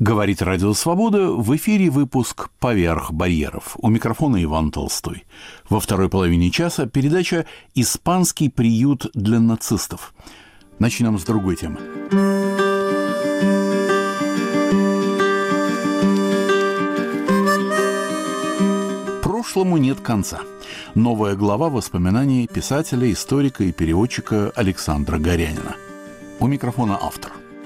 Говорит Радио Свобода, в эфире выпуск «Поверх барьеров». У микрофона Иван Толстой. Во второй половине часа передача «Испанский приют для нацистов». Начнем с другой темы. Прошлому нет конца. Новая глава воспоминаний писателя, историка и переводчика Александра Горянина. У микрофона автор.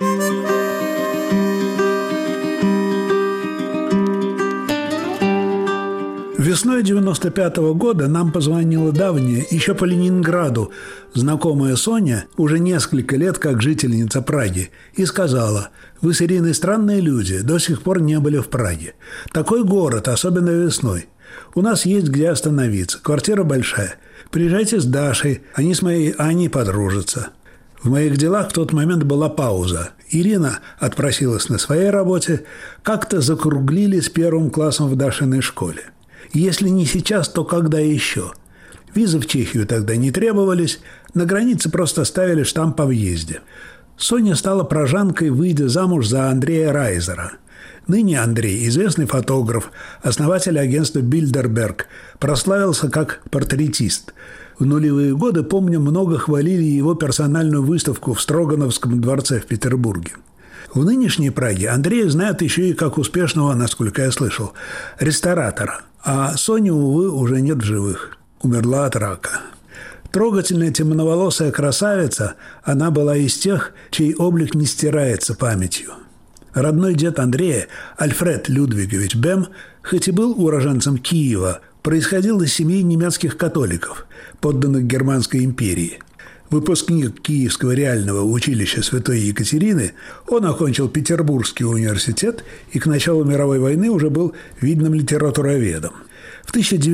Весной 95-го года нам позвонила давняя, еще по Ленинграду, знакомая Соня, уже несколько лет как жительница Праги, и сказала: «Вы с Ириной странные люди, до сих пор не были в Праге. Такой город, особенно весной. У нас есть где остановиться, квартира большая. Приезжайте с Дашей, они с моей Аней подружатся». В моих делах в тот момент была пауза. Ирина отпросилась на своей работе, как-то закруглили с первым классом в Дашиной школе. Если не сейчас, то когда еще? Визы в Чехию тогда не требовались, на границе просто ставили штамп о въезде. Соня стала прожанкой, выйдя замуж за Андрея Райзера. Ныне Андрей, известный фотограф, основатель агентства «Бильдерберг», прославился как портретист. В нулевые годы, помню, много хвалили его персональную выставку в Строгановском дворце в Петербурге. В нынешней Праге Андрея знают еще и как успешного, насколько я слышал, ресторатора. А Сони, увы, уже нет в живых. Умерла от рака. Трогательная темноволосая красавица, она была из тех, чей облик не стирается памятью. Родной дед Андрея, Альфред Людвигович Бем, хоть и был уроженцем Киева, происходил из семьи немецких католиков, подданных Германской империи. Выпускник Киевского реального училища Святой Екатерины, он окончил Петербургский университет и к началу мировой войны уже был видным литературоведом. В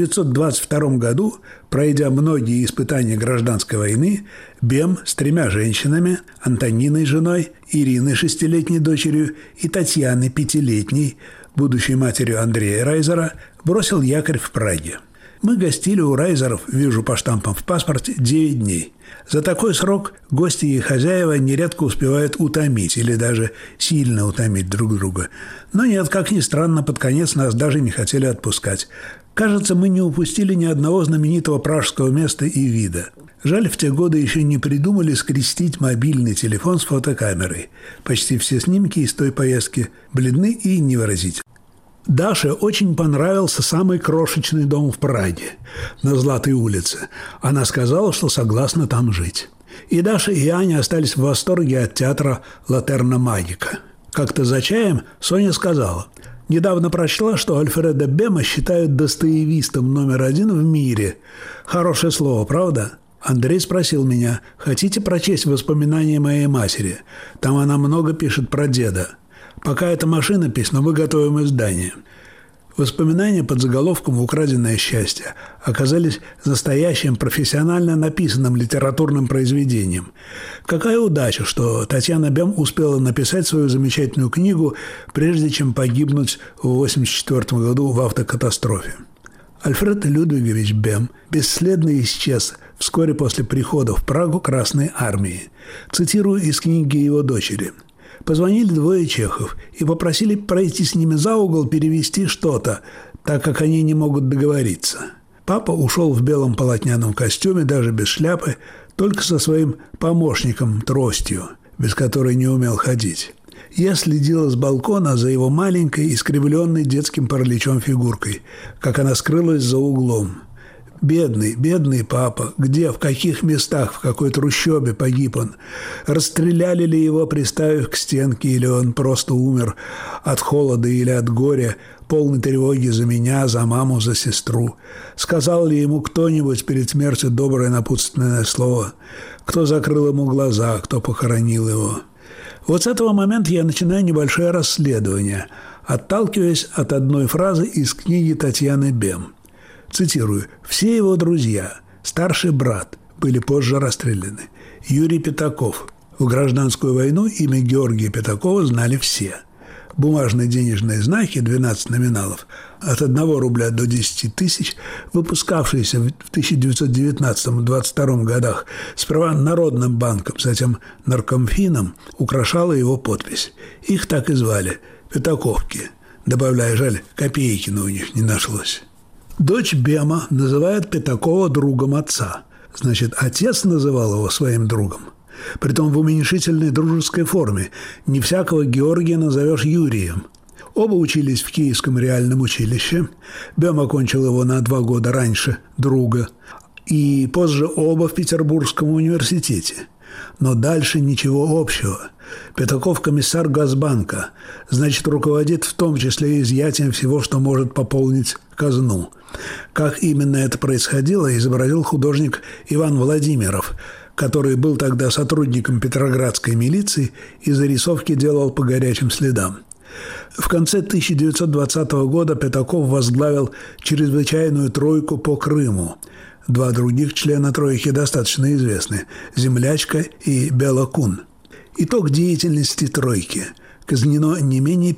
1922 году, пройдя многие испытания гражданской войны, Бем с 3 женщинами, Антониной женой, Ириной 6-летней дочерью и Татьяной 5-летней, будущей матерью Андрея Райзера, бросил якорь в Праге. Мы гостили у Райзеров, вижу по штампам в паспорте, 9 дней. За такой срок гости и хозяева нередко успевают утомить или даже сильно утомить друг друга. Но нет, как ни странно, под конец нас даже не хотели отпускать. Кажется, мы не упустили ни одного знаменитого пражского места и вида. Жаль, в те годы еще не придумали скрестить мобильный телефон с фотокамерой. Почти все снимки из той поездки бледны и невыразительны. Даше очень понравился самый крошечный дом в Праге, на Златой улице. Она сказала, что согласна там жить. И Даша, и Аня остались в восторге от театра «Латерна Магика». Как-то за чаем Соня сказала: «Недавно прочла, что Альфреда Бема считают достоевистом номер 1 в мире. Хорошее слово, правда?» Андрей спросил меня: «Хотите прочесть воспоминания моей матери? Там она много пишет про деда. Пока это машинопись, но мы готовим издание». Воспоминания под заголовком «Украденное счастье» оказались настоящим профессионально написанным литературным произведением. Какая удача, что Татьяна Бем успела написать свою замечательную книгу, прежде чем погибнуть в 1984 году в автокатастрофе. Альфред Людвигович Бем бесследно исчез вскоре после прихода в Прагу Красной Армии. Цитирую из книги его дочери. Позвонили 2 чехов и попросили пройти с ними за угол перевести что-то, так как они не могут договориться. Папа ушел в белом полотняном костюме, даже без шляпы, только со своим помощником тростью, без которой не умел ходить. Я следила с балкона за его маленькой, искривленной детским параличом фигуркой, как она скрылась за углом. Бедный, бедный папа. Где, в каких местах, в какой трущобе погиб он? Расстреляли ли его, приставив к стенке, или он просто умер от холода или от горя, полной тревоги за меня, за маму, за сестру? Сказал ли ему кто-нибудь перед смертью доброе напутственное слово? Кто закрыл ему глаза, кто похоронил его? Вот с этого момента я начинаю небольшое расследование, отталкиваясь от одной фразы из книги Татьяны Бем. Цитирую: «Все его друзья, старший брат, были позже расстреляны. Юрий Пятаков. В гражданскую войну имя Георгия Пятакова знали все. Бумажные денежные знаки, 12 номиналов, от 1 рубля до 10 тысяч, выпускавшиеся в 1919-22 годах сперва Народным банком, затем Наркомфином, украшала его подпись. Их так и звали – Пятаковки, добавляя, жаль, копейки, но у них не нашлось. Дочь Бема называет Пятакова другом отца. Значит, отец называл его своим другом. Притом в уменьшительной дружеской форме. Не всякого Георгия назовешь Юрием. Оба учились в Киевском реальном училище. Бем окончил его на 2 года раньше друга. И позже оба в Петербургском университете. Но дальше ничего общего. Пятаков – комиссар Госбанка, значит, руководит в том числе изъятием всего, что может пополнить казну. Как именно это происходило, изобразил художник Иван Владимиров, который был тогда сотрудником петроградской милиции и зарисовки делал по горячим следам. В конце 1920 года Пятаков возглавил чрезвычайную тройку по Крыму. 2 других члена тройки достаточно известны – Землячка и Белокун. Итог деятельности тройки. Казнено не менее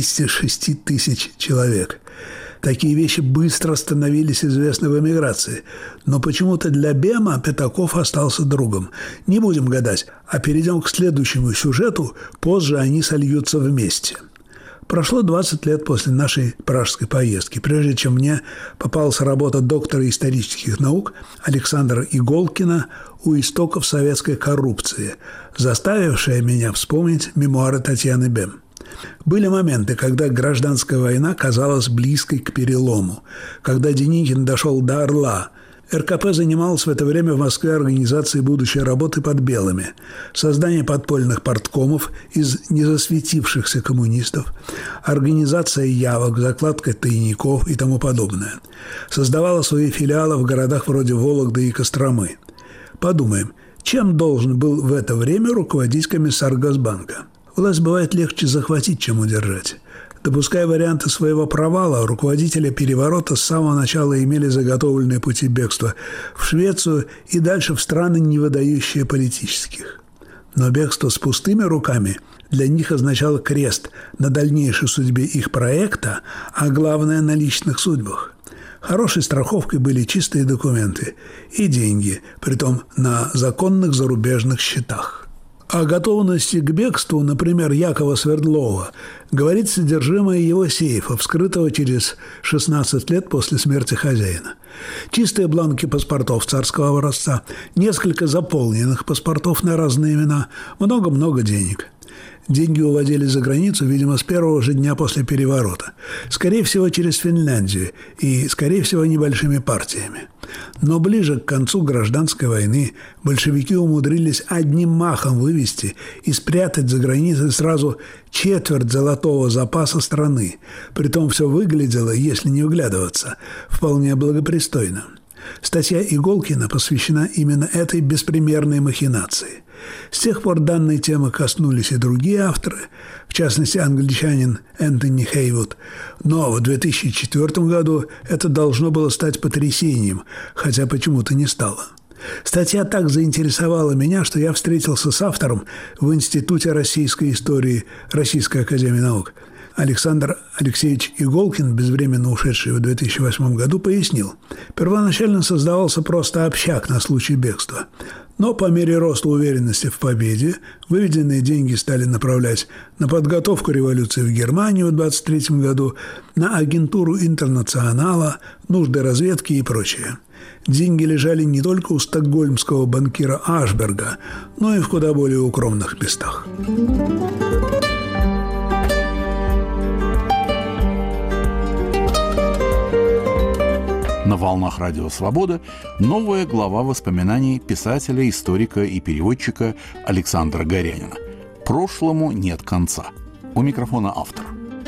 56 тысяч человек. Такие вещи быстро становились известны в эмиграции. Но почему-то для Бема Пятаков остался другом. Не будем гадать, а перейдем к следующему сюжету. Позже они сольются вместе. Прошло 20 лет после нашей пражской поездки, прежде чем мне попалась работа доктора исторических наук Александра Иголкина «У истоков советской коррупции», заставившая меня вспомнить мемуары Татьяны Бем. Были моменты, когда гражданская война казалась близкой к перелому, когда Деникин дошел до Орла. РКП занималась в это время в Москве организацией будущей работы под белыми, создание подпольных парткомов из незасветившихся коммунистов, организация явок, закладка тайников и тому подобное. Создавала свои филиалы в городах вроде Вологды и Костромы. Подумаем, чем должен был в это время руководить комиссар Госбанка? Власть бывает легче захватить, чем удержать. Допуская варианты своего провала, руководители переворота с самого начала имели заготовленные пути бегства в Швецию и дальше в страны, не выдающие политических. Но бегство с пустыми руками для них означало крест на дальнейшей судьбе их проекта, а главное – на личных судьбах. Хорошей страховкой были чистые документы и деньги, притом на законных зарубежных счетах. О готовности к бегству, например, Якова Свердлова, говорит содержимое его сейфа, вскрытого через 16 лет после смерти хозяина. Чистые бланки паспортов царского образца, несколько заполненных паспортов на разные имена, много-много денег. Деньги уводили за границу, видимо, с первого же дня после переворота. Скорее всего, через Финляндию и, скорее всего, небольшими партиями. Но ближе к концу гражданской войны большевики умудрились одним махом вывести и спрятать за границей сразу 1/4 золотого запаса страны. Притом все выглядело, если не вглядываться, вполне благопристойно. Статья Иголкина посвящена именно этой беспримерной махинации. С тех пор данной темы коснулись и другие авторы, в частности, англичанин Энтони Хейвуд. Но в 2004 году это должно было стать потрясением, хотя почему-то не стало. Статья так заинтересовала меня, что я встретился с автором в Институте российской истории Российской академии наук. Александр Алексеевич Иголкин, безвременно ушедший в 2008 году, пояснил. Первоначально создавался просто общак на случай бегства. Но по мере роста уверенности в победе выведенные деньги стали направлять на подготовку революции в Германию в 1923 году, на агентуру Интернационала, нужды разведки и прочее. Деньги лежали не только у стокгольмского банкира Ашберга, но и в куда более укромных местах. На волнах Радио Свобода новая глава воспоминаний писателя, историка и переводчика Александра Горянина. Прошлому нет конца. У микрофона автор.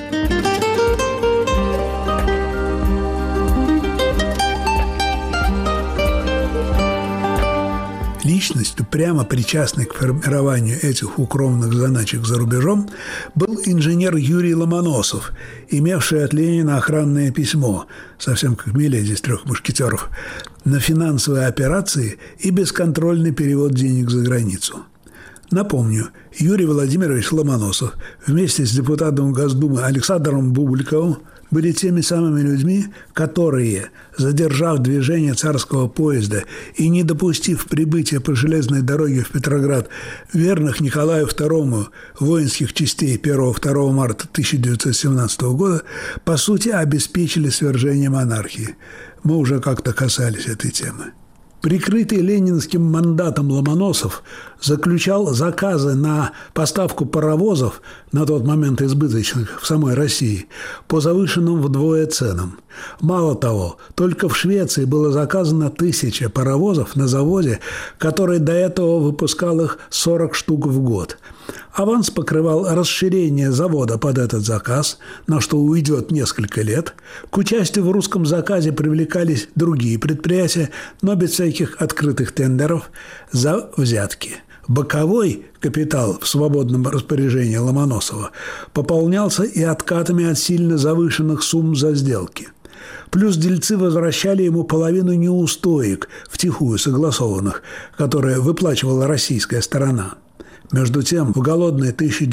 Личностью, прямо причастной к формированию этих укромных заначек за рубежом, был инженер Юрий Ломоносов, имевший от Ленина охранное письмо, совсем как Миледи из «Трех мушкетеров», на финансовые операции и бесконтрольный перевод денег за границу. Напомню, Юрий Владимирович Ломоносов вместе с депутатом Госдумы Александром Бубликовым были теми самыми людьми, которые, задержав движение царского поезда и не допустив прибытия по железной дороге в Петроград верных Николаю II воинских частей 1-2 марта 1917 года, по сути, обеспечили свержение монархии. Мы уже как-то касались этой темы. Прикрытый ленинским мандатом Ломоносов заключал заказы на поставку паровозов, на тот момент избыточных в самой России, по завышенным вдвое ценам. Мало того, только в Швеции было заказано 1000 паровозов на заводе, который до этого выпускал их 40 штук в год. Аванс покрывал расширение завода под этот заказ, на что уйдет несколько лет. К участию в русском заказе привлекались другие предприятия, но без всяких открытых тендеров за взятки. Боковой капитал в свободном распоряжении Ломоносова пополнялся и откатами от сильно завышенных сумм за сделки. Плюс дельцы возвращали ему половину неустоек, втихую согласованных, которые выплачивала российская сторона. Между тем, в голодный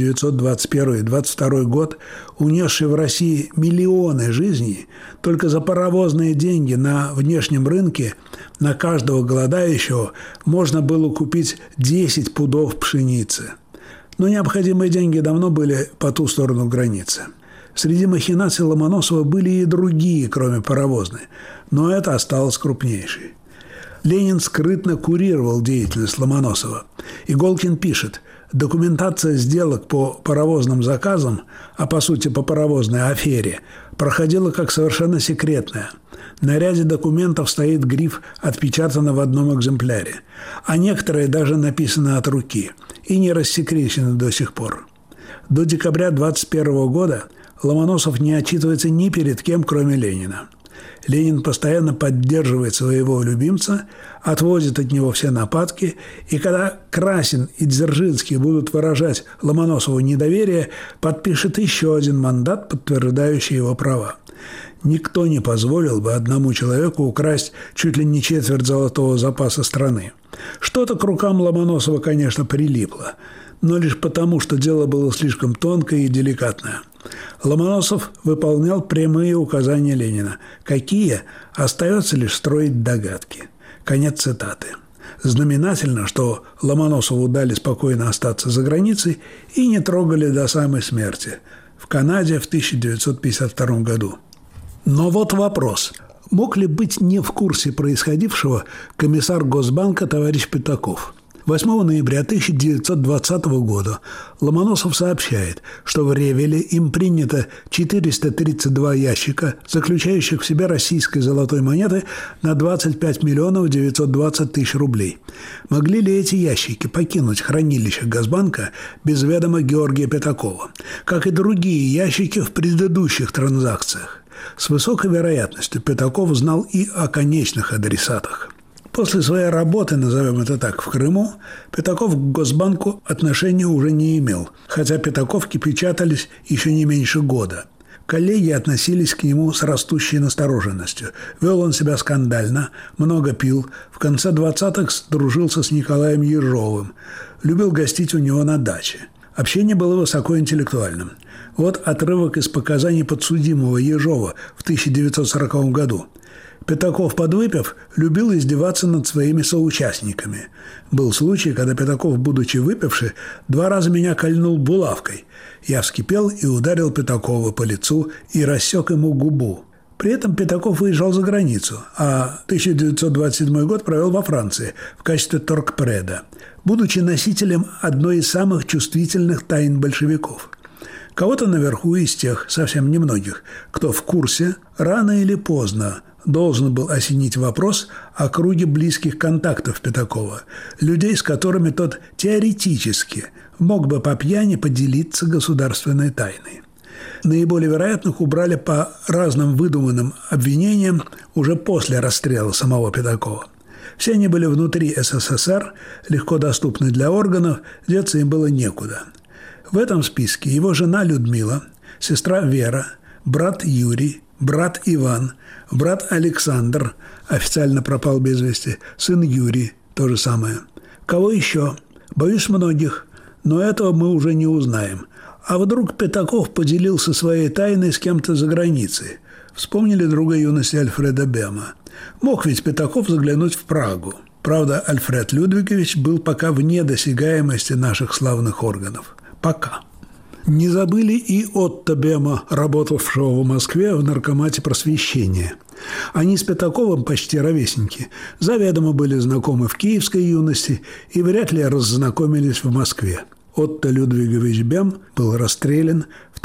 1921-22 год, унесший в России миллионы жизней, только за паровозные деньги на внешнем рынке на каждого голодающего можно было купить 10 пудов пшеницы. Но необходимые деньги давно были по ту сторону границы. Среди махинаций Ломоносова были и другие, кроме паровозной, но это осталось крупнейшей. Ленин скрытно курировал деятельность Ломоносова. Иголкин пишет: документация сделок по паровозным заказам, а по сути по паровозной афере, проходила как совершенно секретная. На ряде документов стоит гриф «Отпечатано в одном экземпляре», а некоторые даже написаны от руки и не рассекречены до сих пор. До декабря 1921 года Ломоносов не отчитывается ни перед кем, кроме Ленина. Ленин постоянно поддерживает своего любимца, отводит от него все нападки, и когда Красин и Дзержинский будут выражать Ломоносову недоверие, подпишет еще один мандат, подтверждающий его права. Никто не позволил бы одному человеку украсть чуть ли не четверть золотого запаса страны. Что-то к рукам Ломоносова, конечно, прилипло, но лишь потому, что дело было слишком тонкое и деликатное. Ломоносов выполнял прямые указания Ленина. Какие? Остается лишь строить догадки. Конец цитаты. Знаменательно, что Ломоносову дали спокойно остаться за границей и не трогали до самой смерти в Канаде в 1952 году. Но вот вопрос. Мог ли быть не в курсе происходившего комиссар Госбанка товарищ Пятаков? 8 ноября 1920 года Ломоносов сообщает, что в Ревеле им принято 432 ящика, заключающих в себе российской золотой монеты на 25 миллионов 920 тысяч рублей. Могли ли эти ящики покинуть хранилище Госбанка без ведома Георгия Пятакова, как и другие ящики в предыдущих транзакциях? С высокой вероятностью Пятаков знал и о конечных адресатах. После своей работы, назовем это так, в Крыму, Пятаков к Госбанку отношения уже не имел, хотя пятаковки печатались еще не меньше года. Коллеги относились к нему с растущей настороженностью. Вел он себя скандально, много пил, в конце 20-х сдружился с Николаем Ежовым, любил гостить у него на даче. Общение было высокоинтеллектуальным. Вот отрывок из показаний подсудимого Ежова в 1940 году. Пятаков, подвыпив, любил издеваться над своими соучастниками. Был случай, когда Пятаков, будучи выпивший, 2 раза меня кольнул булавкой. Я вскипел и ударил Пятакова по лицу и рассек ему губу. При этом Пятаков выезжал за границу, а 1927 год провел во Франции в качестве торгпреда, будучи носителем одной из самых чувствительных тайн большевиков. Кого-то наверху из тех, совсем немногих, кто в курсе, рано или поздно должен был осенить вопрос о круге близких контактов Пятакова, людей, с которыми тот теоретически мог бы по пьяни поделиться государственной тайной. Наиболее вероятных убрали по разным выдуманным обвинениям уже после расстрела самого Пятакова. Все они были внутри СССР, легко доступны для органов, деться им было некуда. В этом списке его жена Людмила, сестра Вера, брат Юрий, брат Иван, брат Александр, официально пропал без вести, сын Юрий, то же самое. Кого еще? Боюсь, многих, но этого мы уже не узнаем. А вдруг Пятаков поделился своей тайной с кем-то за границей? Вспомнили друга юности Альфреда Бема. Мог ведь Пятаков заглянуть в Прагу. Правда, Альфред Людвигович был пока вне досягаемости наших славных органов. Пока. Не забыли и Отто Бема, работавшего в Москве в Наркомате просвещения. Они с Пятаковым почти ровесники, заведомо были знакомы в киевской юности и вряд ли раззнакомились в Москве. Отто Людвигович Бем был расстрелян в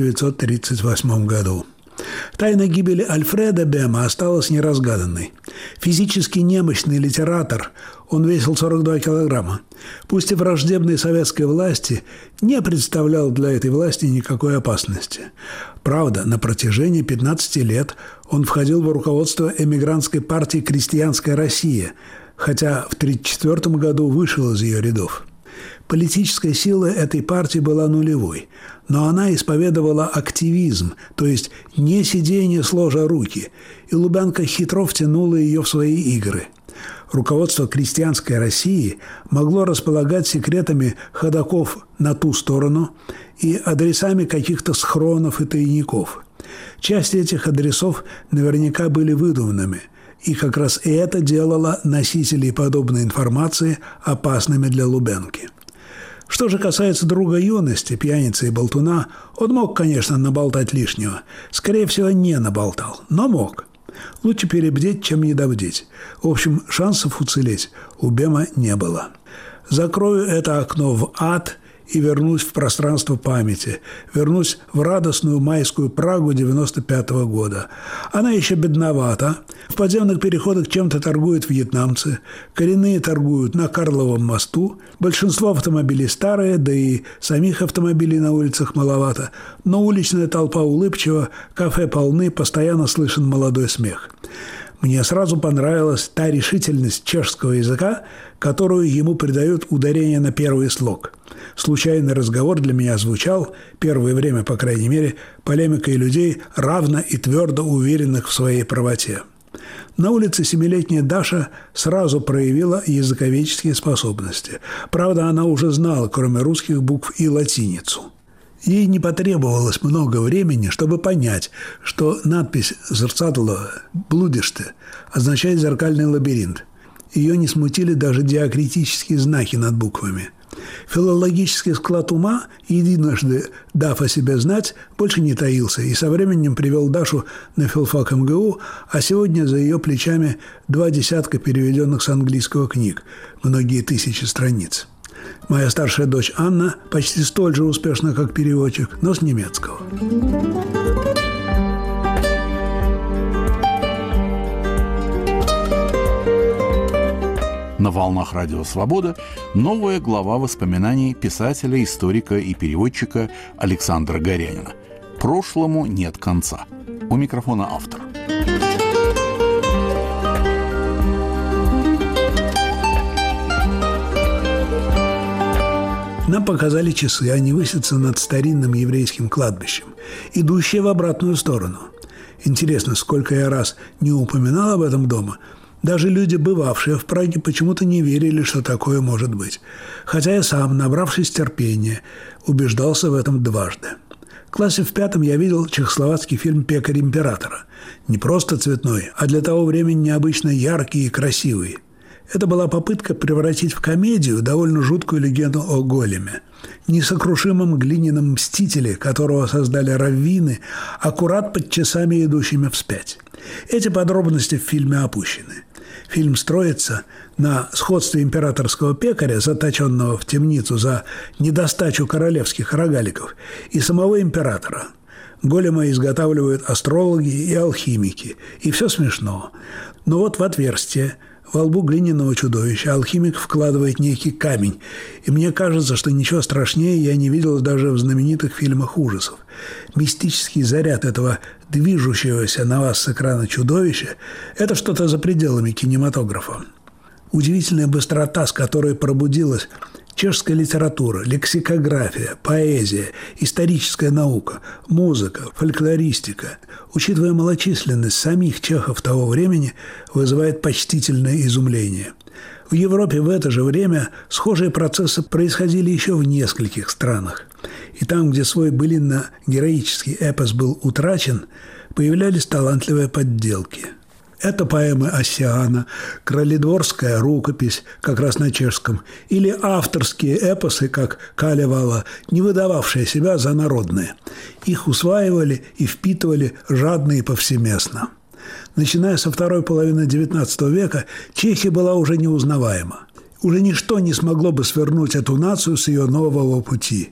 1938 году. Тайна гибели Альфреда Бема осталась неразгаданной. Физически немощный литератор, он весил 42 килограмма, пусть и враждебной советской власти, не представлял для этой власти никакой опасности. Правда, на протяжении 15 лет он входил в руководство эмигрантской партии «Крестьянская Россия», хотя в 1934 году вышел из ее рядов. Политическая сила этой партии была нулевой, но она исповедовала активизм, то есть не сидение сложа руки, и Лубянка хитро втянула ее в свои игры. Руководство крестьянской России могло располагать секретами ходоков на ту сторону и адресами каких-то схронов и тайников. Часть этих адресов наверняка были выдуманными, и как раз это делало носителей подобной информации опасными для Лубянки. Что же касается друга юности, пьяницы и болтуна, он мог, конечно, наболтать лишнего. Скорее всего, не наболтал, но мог. Лучше перебдеть, чем недобдеть. В общем, шансов уцелеть у Бема не было. Закрою это окно в ад и вернусь в пространство памяти. Вернусь в радостную майскую Прагу 95-го года. Она еще бедновата. В подземных переходах чем-то торгуют вьетнамцы. Коренные торгуют на Карловом мосту. Большинство автомобилей старые, да и самих автомобилей на улицах маловато. Но уличная толпа улыбчива, кафе полны, постоянно слышен молодой смех. Мне сразу понравилась та решительность чешского языка, которую ему придают ударение на первый слог. Случайный разговор для меня звучал, первое время, по крайней мере, полемикой людей, равно и твердо уверенных в своей правоте. На улице 7-летняя Даша сразу проявила языковедческие способности. Правда, она уже знала, кроме русских букв, и латиницу. Ей не потребовалось много времени, чтобы понять, что надпись «Зерцадло блудиште» означает «зеркальный лабиринт». Ее не смутили даже диакритические знаки над буквами. Филологический склад ума, единожды дав о себе знать, больше не таился и со временем привел Дашу на филфак МГУ, а сегодня за ее плечами 2 десятка переведенных с английского книг, многие тысячи страниц. Моя старшая дочь Анна почти столь же успешна, как переводчик, но с немецкого. На волнах Радио Свобода новая глава воспоминаний писателя, историка и переводчика Александра Горянина. «Прошлому нет конца». У микрофона автор. Нам показали часы, они высятся над старинным еврейским кладбищем, идущие в обратную сторону. Интересно, сколько я раз не упоминал об этом дома. Даже люди, бывавшие в Праге, почему-то не верили, что такое может быть. Хотя я сам, набравшись терпения, убеждался в этом дважды. В классе в 5 я видел чехословацкий фильм «Пекарь императора». Не просто цветной, а для того времени необычно яркий и красивый. Это была попытка превратить в комедию довольно жуткую легенду о големе, несокрушимом глиняном мстителе, которого создали раввины, аккурат под часами, идущими вспять. Эти подробности в фильме опущены. Фильм строится на сходстве императорского пекаря, заточенного в темницу за недостачу королевских рогаликов, и самого императора. Голема изготавливают астрологи и алхимики, и все смешно. Но вот в отверстие во лбу глиняного чудовища алхимик вкладывает некий камень, и мне кажется, что ничего страшнее я не видел даже в знаменитых фильмах ужасов. Мистический заряд этого движущегося на вас с экрана чудовища – это что-то за пределами кинематографа. Удивительная быстрота, с которой пробудилась чешская литература, лексикография, поэзия, историческая наука, музыка, фольклористика, учитывая малочисленность самих чехов того времени, вызывает почтительное изумление. В Европе в это же время схожие процессы происходили еще в нескольких странах. И там, где свой былинно-героический эпос был утрачен, появлялись талантливые подделки. Это поэмы Оссиана, краледворская рукопись, как раз на чешском, или авторские эпосы, как Калевала, не выдававшие себя за народные. Их усваивали и впитывали жадно и повсеместно. Начиная со второй половины XIX века, Чехия была уже неузнаваема. Уже ничто не смогло бы свернуть эту нацию с ее нового пути.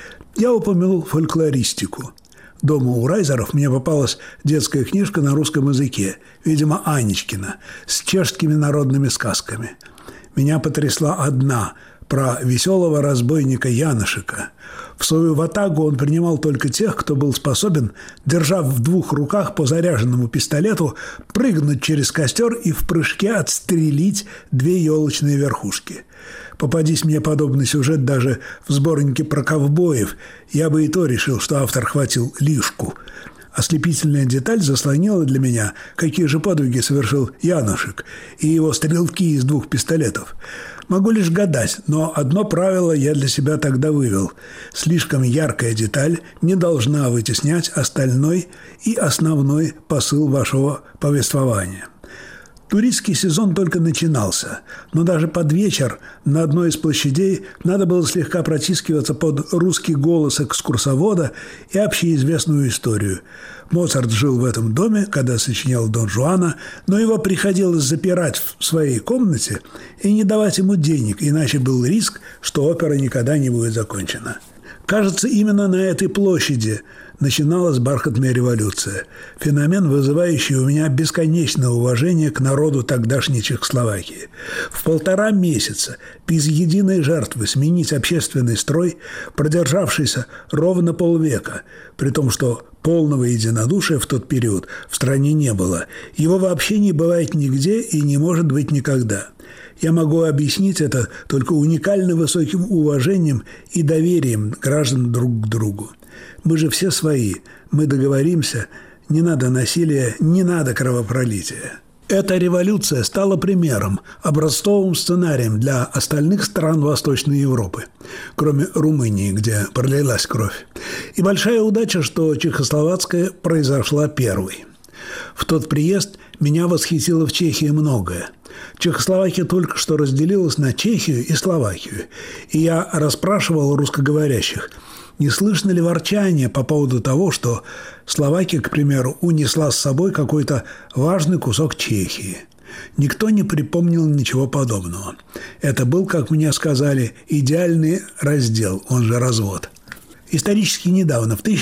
Я упомянул фольклористику. Дома у Райзеров мне попалась детская книжка на русском языке, видимо, Анечкина, с чешскими народными сказками. Меня потрясла одна про веселого разбойника Янышика. В свою ватагу он принимал только тех, кто был способен, держа в двух руках по заряженному пистолету, прыгнуть через костер и в прыжке отстрелить две елочные верхушки. Попадись мне подобный сюжет даже в сборнике про ковбоев, я бы и то решил, что автор хватил лишку. Ослепительная деталь заслонила для меня, какие же подвиги совершил Янушек и его стрелки из двух пистолетов. Могу лишь гадать, но одно правило я для себя тогда вывел. Слишком яркая деталь не должна вытеснять остальной и основной посыл вашего повествования. Туристский сезон только начинался, но даже под вечер на одной из площадей надо было слегка протискиваться под русский голос экскурсовода и общеизвестную историю. Моцарт жил в этом доме, когда сочинял Дон Жуана, но его приходилось запирать в своей комнате и не давать ему денег, иначе был риск, что опера никогда не будет закончена. Кажется, именно на этой площади начиналась бархатная революция. Феномен, вызывающий у меня бесконечное уважение к народу тогдашней Чехословакии. В 1,5 месяца, без единой жертвы, сменить общественный строй, продержавшийся ровно полвека, при том, что полного единодушия в тот период в стране не было. Его вообще не бывает нигде и не может быть никогда. Я могу объяснить это только уникально высоким уважением и доверием граждан друг к другу. Мы же все свои, мы договоримся, не надо насилия, не надо кровопролития. Эта революция стала примером, образцовым сценарием для остальных стран Восточной Европы, кроме Румынии, где пролилась кровь. И большая удача, что чехословацкая произошла первой. В тот приезд меня восхитило в Чехии многое. Чехословакия только что разделилась на Чехию и Словакию, и я расспрашивал русскоговорящих, не слышно ли ворчания по поводу того, что Словакия, к примеру, унесла с собой какой-то важный кусок Чехии. Никто не припомнил ничего подобного. Это был, как мне сказали, идеальный раздел, он же развод. Исторически недавно, в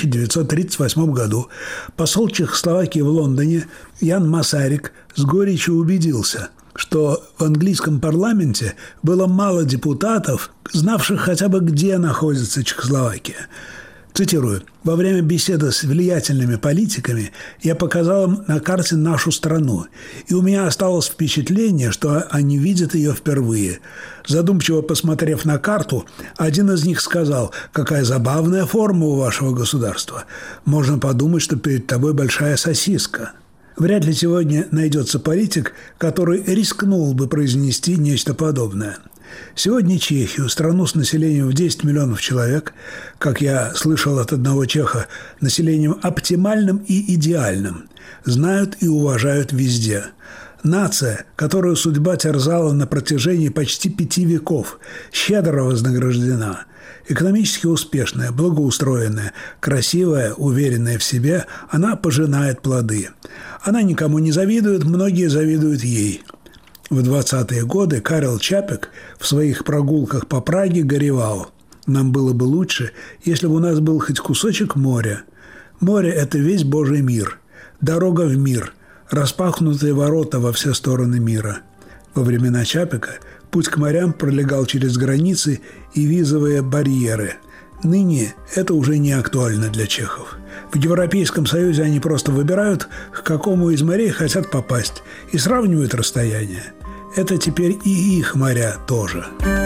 1938 году, посол Чехословакии в Лондоне Ян Масарик с горечью убедился, что в английском парламенте было мало депутатов, знавших хотя бы, где находится Чехословакия. Цитирую. «Во время беседы с влиятельными политиками я показал им на карте нашу страну, и у меня осталось впечатление, что они видят ее впервые. Задумчиво посмотрев на карту, один из них сказал, какая забавная форма у вашего государства. Можно подумать, что перед тобой большая сосиска». Вряд ли сегодня найдется политик, который рискнул бы произнести нечто подобное. Сегодня Чехию, страну с населением в 10 миллионов человек, как я слышал от одного чеха, населением оптимальным и идеальным, знают и уважают везде. Нация, которую судьба терзала на протяжении почти 5 веков, щедро вознаграждена. Экономически успешная, благоустроенная, красивая, уверенная в себе, она пожинает плоды. Она никому не завидует, многие завидуют ей. В 20-е годы Карел Чапек в своих прогулках по Праге горевал. Нам было бы лучше, если бы у нас был хоть кусочек моря. Море – это весь Божий мир, дорога в мир, распахнутые ворота во все стороны мира. Во времена Чапека путь к морям пролегал через границы и визовые барьеры. Ныне это уже не актуально для чехов. В Европейском Союзе они просто выбирают, к какому из морей хотят попасть, и сравнивают расстояние. Это теперь и их моря тоже.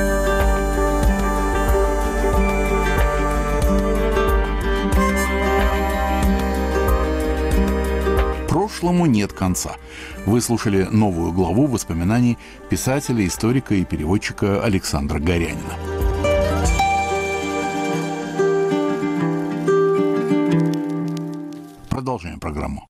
Прошлому нет конца. Вы слушали новую главу воспоминаний писателя, историка и переводчика Александра Горянина. Продолжаем программу.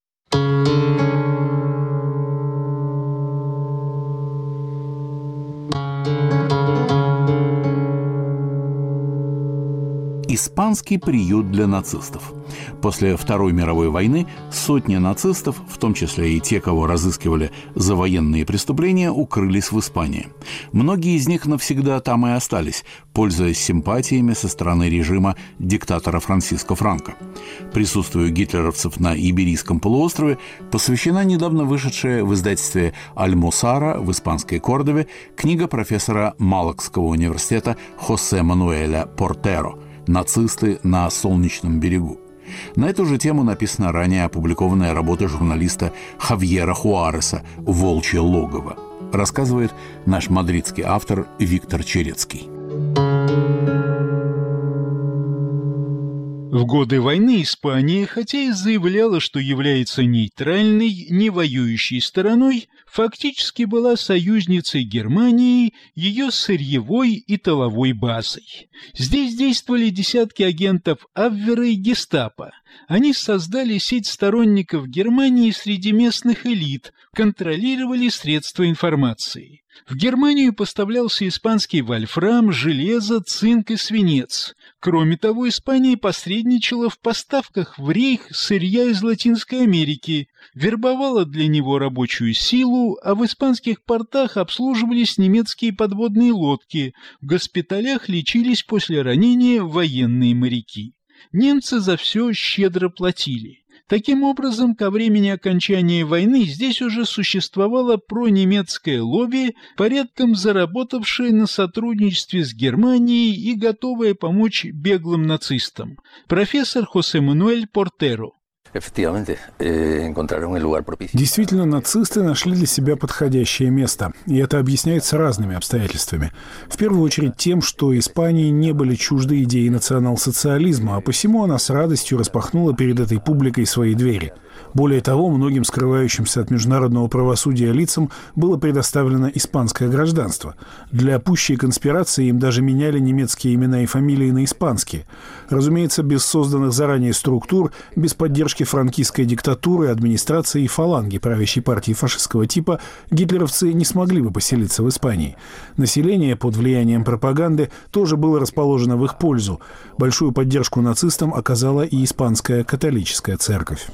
Испанский приют для нацистов. После Второй мировой войны сотни нацистов, в том числе и те, кого разыскивали за военные преступления, укрылись в Испании. Многие из них навсегда там и остались, пользуясь симпатиями со стороны режима диктатора Франсиско Франко. Присутствию гитлеровцев на Иберийском полуострове посвящена недавно вышедшая в издательстве «Альмусара» в испанской Кордове книга профессора Малакского университета Хосе Мануэля Портеро «Нацисты на Солнечном берегу». На эту же тему написана ранее опубликованная работа журналиста Хавьера Хуареса «Волчье логово». Рассказывает наш мадридский автор Виктор Черецкий. В годы войны Испания, хотя и заявляла, что является нейтральной, не воюющей стороной, фактически была союзницей Германии, ее сырьевой и тыловой базой. Здесь действовали десятки агентов Абвера и Гестапо. Они создали сеть сторонников Германии среди местных элит, контролировали средства информации. В Германию поставлялся испанский вольфрам, железо, цинк и свинец. Кроме того, Испания посредничала в поставках в Рейх сырья из Латинской Америки, вербовала для него рабочую силу, а в испанских портах обслуживались немецкие подводные лодки, в госпиталях лечились после ранения военные моряки. Немцы за все щедро платили. Таким образом, ко времени окончания войны здесь уже существовало пронемецкое лобби, порядком заработавшее на сотрудничестве с Германией и готовое помочь беглым нацистам. Профессор Хосе Мануэль Портеро. Действительно, нацисты нашли для себя подходящее место, и это объясняется разными обстоятельствами. В первую очередь тем, что Испании не были чужды идеи национал-социализма, а посему она с радостью распахнула перед этой публикой свои двери. Более того, многим скрывающимся от международного правосудия лицам было предоставлено испанское гражданство. Для пущей конспирации им даже меняли немецкие имена и фамилии на испанские. Разумеется, без созданных заранее структур, без поддержки франкистской диктатуры, администрации и фаланги правящей партии фашистского типа, гитлеровцы не смогли бы поселиться в Испании. Население под влиянием пропаганды тоже было расположено в их пользу. Большую поддержку нацистам оказала и испанская католическая церковь.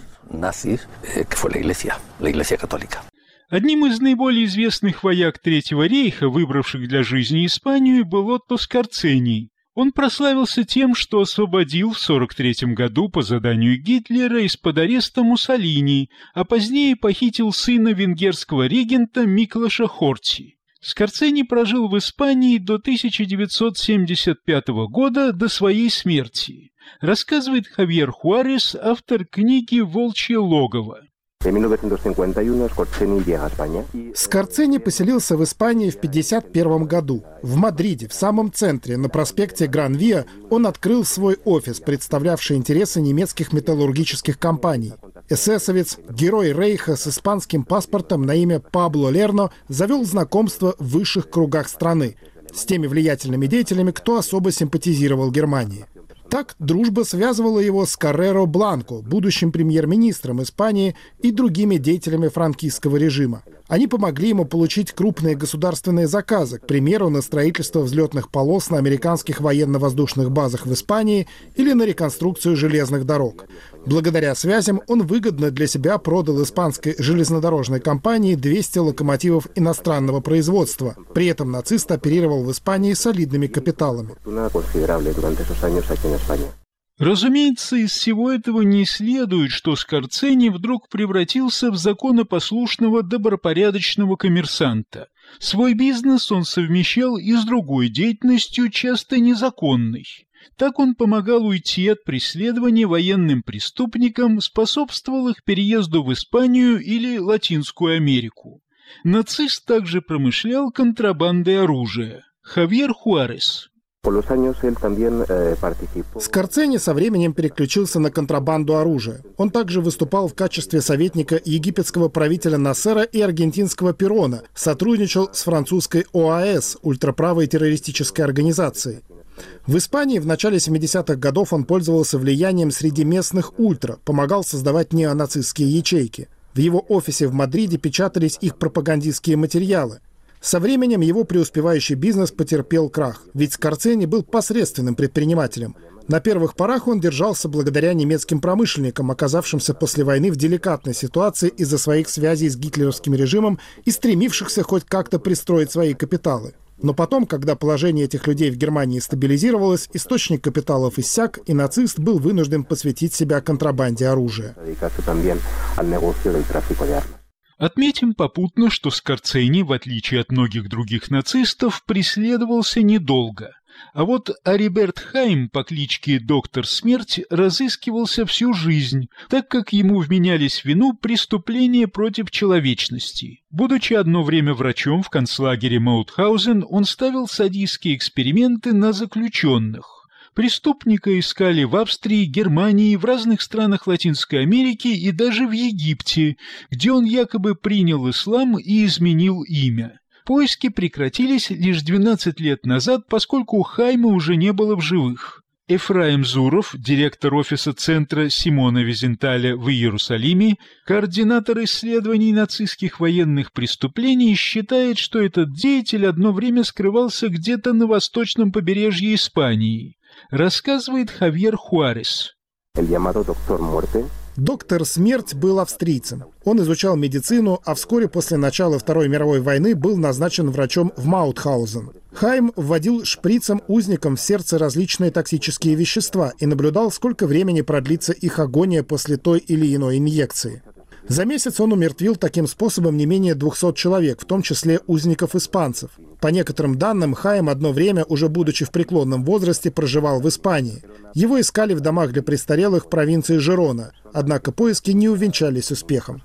Одним из наиболее известных вояк Третьего рейха, выбравших для жизни Испанию, был Отто Скорцений. Он прославился тем, что освободил в 1943 году по заданию Гитлера из-под ареста Муссолини, а позднее похитил сына венгерского регента Миклоша Хорти. Скорцений прожил в Испании до 1975 года, до своей смерти. Рассказывает Хавьер Хуарес, автор книги «Волчье логово». Скорцени поселился в Испании в 1951 году. В Мадриде, в самом центре, на проспекте Гран-Виа, он открыл свой офис, представлявший интересы немецких металлургических компаний. Эсэсовец, герой Рейха с испанским паспортом на имя Пабло Лерно завел знакомство в высших кругах страны с теми влиятельными деятелями, кто особо симпатизировал Германии. Так дружба связывала его с Карреро Бланко, будущим премьер-министром Испании, и другими деятелями франкистского режима. Они помогли ему получить крупные государственные заказы, к примеру, на строительство взлетных полос на американских военно-воздушных базах в Испании или на реконструкцию железных дорог. Благодаря связям он выгодно для себя продал испанской железнодорожной компании 200 локомотивов иностранного производства. При этом нацист оперировал в Испании солидными капиталами. Разумеется, из всего этого не следует, что Скорцени вдруг превратился в законопослушного добропорядочного коммерсанта. Свой бизнес он совмещал и с другой деятельностью, часто незаконной. Так он помогал уйти от преследования военным преступникам, способствовал их переезду в Испанию или Латинскую Америку. Нацист также промышлял контрабандой оружия. Хавьер Хуарес. Скорцени со временем переключился на контрабанду оружия. Он также выступал в качестве советника египетского правителя Насера и аргентинского Перона, сотрудничал с французской ОАС, ультраправой террористической организацией. В Испании в начале 70-х годов он пользовался влиянием среди местных ультра, помогал создавать неонацистские ячейки. В его офисе в Мадриде печатались их пропагандистские материалы. Со временем его преуспевающий бизнес потерпел крах, ведь Скорцени был посредственным предпринимателем. На первых порах он держался благодаря немецким промышленникам, оказавшимся после войны в деликатной ситуации из-за своих связей с гитлеровским режимом и стремившихся хоть как-то пристроить свои капиталы. Но потом, когда положение этих людей в Германии стабилизировалось, источник капиталов иссяк, и нацист был вынужден посвятить себя контрабанде оружия. Отметим попутно, что Скорцени, в отличие от многих других нацистов, преследовался недолго. А вот Ариберт Хайм по кличке Доктор Смерть разыскивался всю жизнь, так как ему вменялись в вину преступления против человечности. Будучи одно время врачом в концлагере Маутхаузен, он ставил садистские эксперименты на заключенных. Преступника искали в Австрии, Германии, в разных странах Латинской Америки и даже в Египте, где он якобы принял ислам и изменил имя. Поиски прекратились лишь 12 лет назад, поскольку у Хайма уже не было в живых. Эфраим Зуров, директор офиса центра Симона Визенталя в Иерусалиме, координатор исследований нацистских военных преступлений, считает, что этот деятель одно время скрывался где-то на восточном побережье Испании. Рассказывает Хавьер Хуарес. Доктор Смерть был австрийцем. Он изучал медицину, а вскоре после начала Второй мировой войны был назначен врачом в Маутхаузен. Хайм вводил шприцем узникам в сердце различные токсические вещества и наблюдал, сколько времени продлится их агония после той или иной инъекции. За месяц он умертвил таким способом не менее 200 человек, в том числе узников-испанцев. По некоторым данным, Хайм одно время, уже будучи в преклонном возрасте, проживал в Испании. Его искали в домах для престарелых в провинции Жерона, однако поиски не увенчались успехом.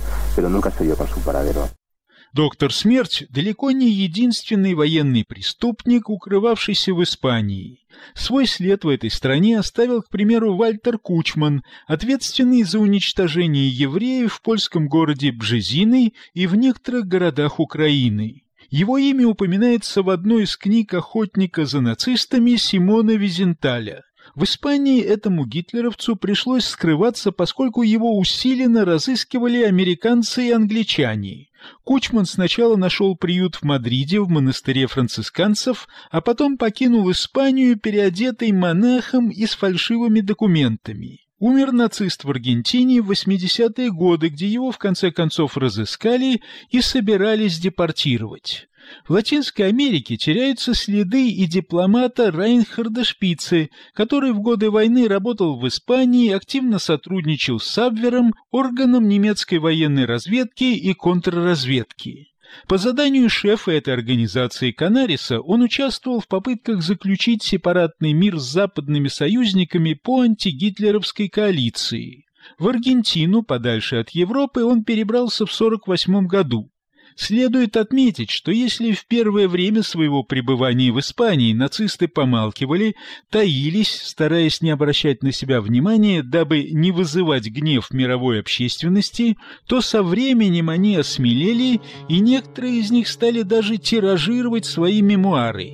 Доктор Смерть далеко не единственный военный преступник, укрывавшийся в Испании. Свой след в этой стране оставил, к примеру, Вальтер Кучман, ответственный за уничтожение евреев в польском городе Бжезины и в некоторых городах Украины. Его имя упоминается в одной из книг охотника за нацистами Симона Визенталя. В Испании этому гитлеровцу пришлось скрываться, поскольку его усиленно разыскивали американцы и англичане. Кучман сначала нашел приют в Мадриде в монастыре францисканцев, а потом покинул Испанию переодетый монахом и с фальшивыми документами. Умер нацист в Аргентине в 80-е годы, где его в конце концов разыскали и собирались депортировать. В Латинской Америке теряются следы и дипломата Райнхарда Шпице, который в годы войны работал в Испании, активно сотрудничал с Абвером, органом немецкой военной разведки и контрразведки. По заданию шефа этой организации Канариса он участвовал в попытках заключить сепаратный мир с западными союзниками по антигитлеровской коалиции. В Аргентину, подальше от Европы, он перебрался в 1948 году. Следует отметить, что если в первое время своего пребывания в Испании нацисты помалкивали, таились, стараясь не обращать на себя внимания, дабы не вызывать гнев мировой общественности, то со временем они осмелели, и некоторые из них стали даже тиражировать свои мемуары.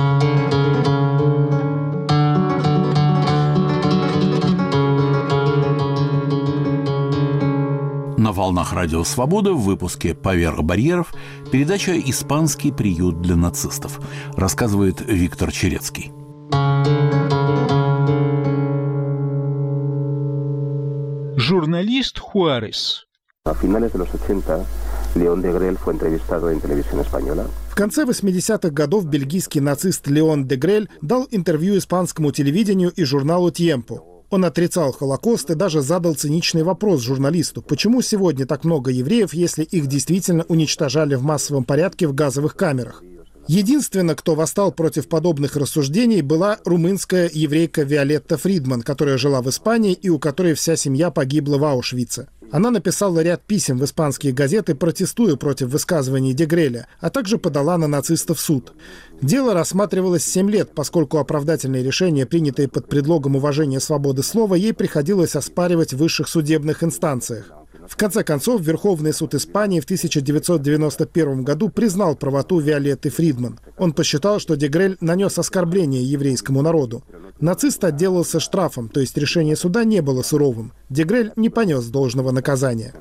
На волнах Радио Свобода в выпуске «Поверх барьеров» передача «Испанский приют для нацистов», рассказывает Виктор Черецкий. Журналист Хуарес. В конце 80-х годов бельгийский нацист Леон де Грель дал интервью испанскому телевидению и журналу «Тьемпо». Он отрицал Холокост и даже задал циничный вопрос журналисту, почему сегодня так много евреев, если их действительно уничтожали в массовом порядке в газовых камерах. Единственное, кто восстал против подобных рассуждений, была румынская еврейка Виолетта Фридман, которая жила в Испании и у которой вся семья погибла в Аушвице. Она написала ряд писем в испанские газеты, протестуя против высказываний де Греля, а также подала на нацистов в суд. Дело рассматривалось 7 лет, поскольку оправдательные решения, принятые под предлогом уважения свободы слова, ей приходилось оспаривать в высших судебных инстанциях. В конце концов, Верховный суд Испании в 1991 году признал правоту Виолетты Фридман. Он посчитал, что де Грель нанес оскорбление еврейскому народу. Нацист отделался штрафом, то есть решение суда не было суровым. Де Грель не понес должного наказания.